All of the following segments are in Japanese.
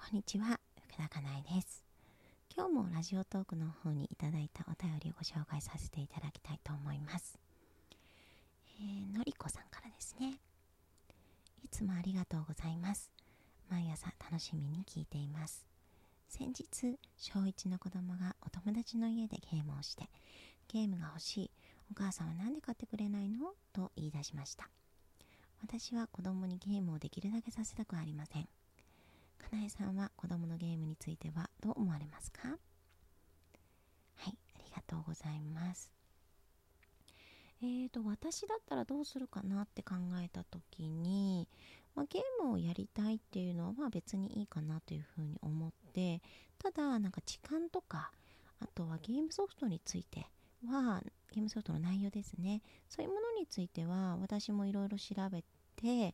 こんにちは、福田かなえです。今日もラジオトークの方にいただいたお便りをご紹介させていただきたいと思います。のりこさんからですね。いつもありがとうございます。毎朝楽しみに聞いています。先日、小1の子供がお友達の家でゲームをして、ゲームが欲しい、お母さんはなんで買ってくれないのと言い出しました。私は子供にゲームをできるだけさせたくありません。かなえさんは子供のゲームについてはどう思われますか？はい、ありがとうございます。私だったらどうするかなって考えた時に、ゲームをやりたいっていうのは別にいいかなというふうに思って、ただなんか時間とか、あとはゲームソフトについては、ゲームソフトの内容ですね、そういうものについては私もいろいろ調べて、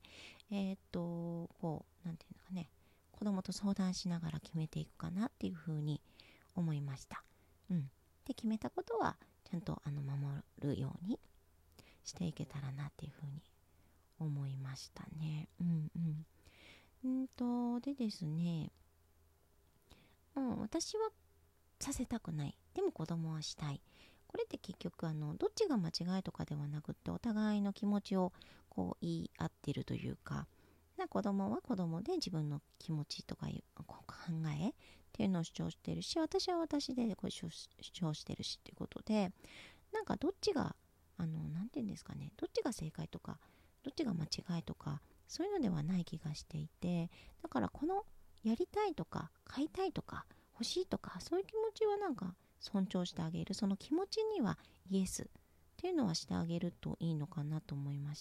なんていうのかね、子供と相談しながら決めていくかなっていうふうに思いました。で、決めたことはちゃんと守るようにしていけたらなっていうふうに思いましたね。でですね、私はさせたくない。でも子供はしたい。これって結局どっちが間違いとかではなくって、お互いの気持ちをこう言い合ってるというか、子供は子供で自分の気持ちとかいう考えっていうのを主張してるし、私は私でこう主張してるしっていうことで、どっちがなんていうんですかね、どっちが正解とかどっちが間違いとかそういうのではない気がしていて、だからこのやりたいとか買いたいとか欲しいとか、そういう気持ちは尊重してあげる、その気持ちにはイエスっていうのはしてあげるといいのかなと思いました。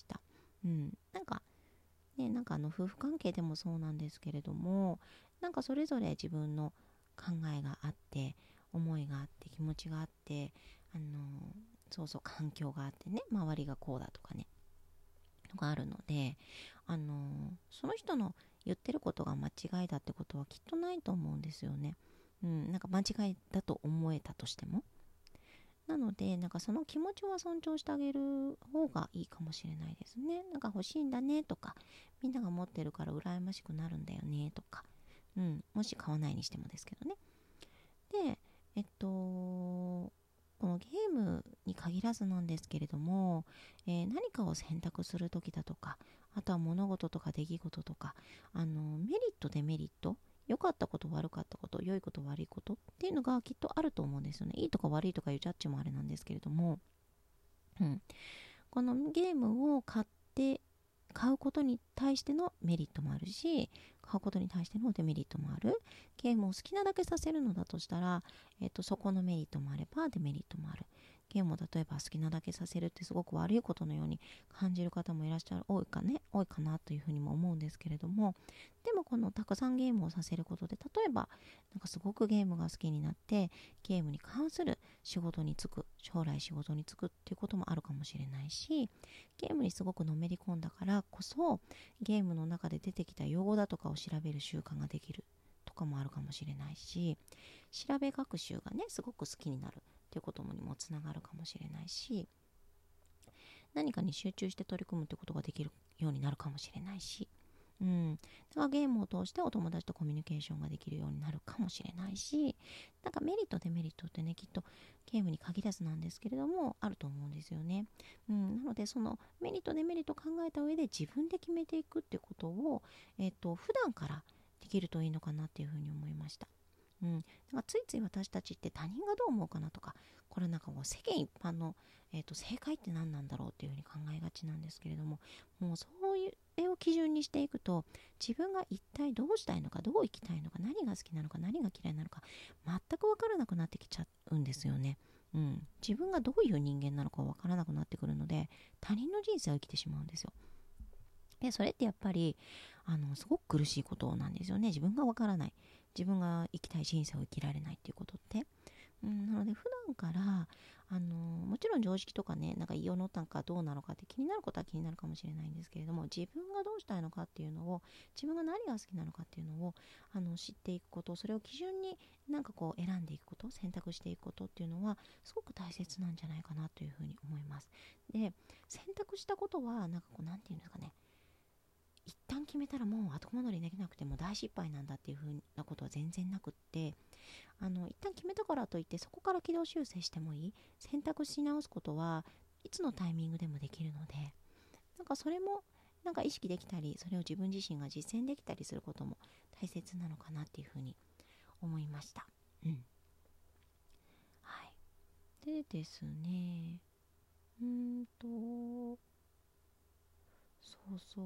夫婦関係でもそうなんですけれども、それぞれ自分の考えがあって、思いがあって、気持ちがあって、環境があってね、周りがこうだとかね、のがあるので、その人の言ってることが間違いだってことはきっとないと思うんですよね。間違いだと思えたとしても。なので、その気持ちは尊重してあげる方がいいかもしれないですね。欲しいんだねとか、みんなが持ってるから羨ましくなるんだよねとか、もし買わないにしてもですけどね。で、このゲームに限らずなんですけれども、何かを選択するときだとか、あとは物事とか出来事とか、メリットデメリット、良かったこと悪かったこと、良いこと悪いことっていうのがきっとあると思うんですよね。いいとか悪いとかいうジャッジもあれなんですけれども、このゲームを買うことに対してのメリットもあるし、買うことに対してのデメリットもある。ゲームを好きなだけさせるのだとしたら、そこのメリットもあればデメリットもある。ゲームを例えば好きなだけさせるってすごく悪いことのように感じる方もいらっしゃる、多いかなというふうにも思うんですけれども、でもこのたくさんゲームをさせることで、例えばすごくゲームが好きになってゲームに関する仕事に就く、将来仕事に就くっていうこともあるかもしれないし、ゲームにすごくのめり込んだからこそゲームの中で出てきた用語だとかを調べる習慣ができるとかもあるかもしれないし、調べ学習がねすごく好きになるっていうことにもつながるかもしれないし、何かに集中して取り組むってことができるようになるかもしれないし、だからゲームを通してお友達とコミュニケーションができるようになるかもしれないし、メリットデメリットってね、きっとゲームに限らずなんですけれどもあると思うんですよね。なのでそのメリットデメリットを考えた上で自分で決めていくってことを、普段からできるといいのかなっていうふうに思いました。だからついつい私たちって他人がどう思うかなとか、これ世間一般の、正解って何なんだろうっていうふうに考えがちなんですけれども、もうそういう絵を基準にしていくと、自分が一体どうしたいのか、どう生きたいのか、何が好きなのか、何が嫌いなのか全く分からなくなってきちゃうんですよね。自分がどういう人間なのか分からなくなってくるので、他人の人生を生きてしまうんですよ。でそれってやっぱりすごく苦しいことなんですよね。自分が分からない、自分が生きたい人生を生きられないっていうことって、なので普段からもちろん常識とかね、世の中どうなのかって気になることは気になるかもしれないんですけれども、自分がどうしたいのかっていうのを、自分が何が好きなのかっていうのを知っていくこと、それを基準に選んでいくこと、選択していくことっていうのはすごく大切なんじゃないかなというふうに思います。で選択したことはなんていうんですかね、 一旦決めたらもう後戻りできなくても大失敗なんだっていう風なことは全然なくって、一旦決めたからといってそこから軌道修正してもいい、選択し直すことはいつのタイミングでもできるので、なんかそれもなんか意識できたり、それを自分自身が実践できたりすることも大切なのかなっていうふうに思いました。うん。はい。でですね、そうそう、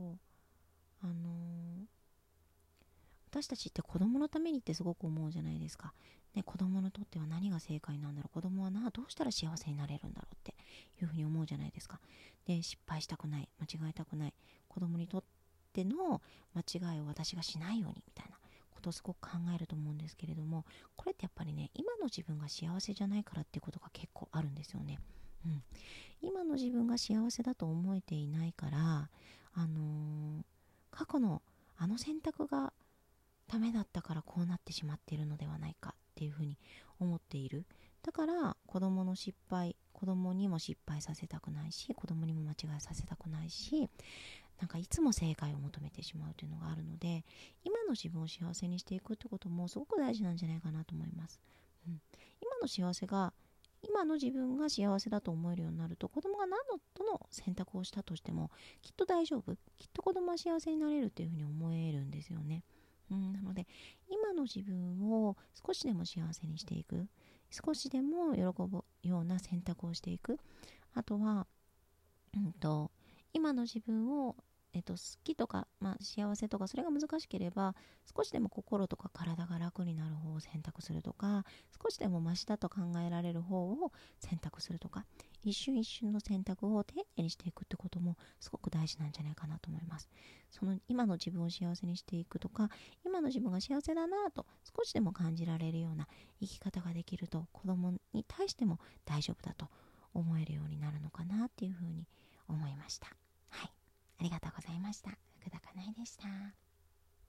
私たちって子供のためにってすごく思うじゃないですか。ね、子供にとっては何が正解なんだろう、子供はどうしたら幸せになれるんだろうっていうふうに思うじゃないですか。で、失敗したくない、間違えたくない、子供にとっての間違いを私がしないようにみたいなことをすごく考えると思うんですけれども、これってやっぱりね、今の自分が幸せじゃないからっていうことが結構あるんですよね。うん、今の自分が幸せだと思えていないから、過去の選択がダメだったからこうなってしまっているのではないかっていうふうに思っている。だから子供にも失敗させたくないし、子供にも間違いさせたくないし、なんかいつも正解を求めてしまうというのがあるので、今の自分を幸せにしていくってこともすごく大事なんじゃないかなと思います。うん、今の自分が幸せだと思えるようになると、子供が何のどの選択をしたとしてもきっと大丈夫、きっと子供は幸せになれるっていうふうに思えるんですよね。なので今の自分を少しでも幸せにしていく、少しでも喜ぶような選択をしていく、あとは、今の自分を、好きとか、幸せとかそれが難しければ、少しでも心とか体が楽になる方を選択するとか、少しでもマシだと考えられる方を選択するとか、一瞬一瞬の選択を丁寧にしていくってこともすごく大事なんじゃないかなと思います。その今の自分を幸せにしていくとか、今の自分が幸せだなと少しでも感じられるような生き方ができると、子供に対しても大丈夫だと思えるようになるのかなっていうふうに思いました。はい。ありがとうございました。福田かなえでした。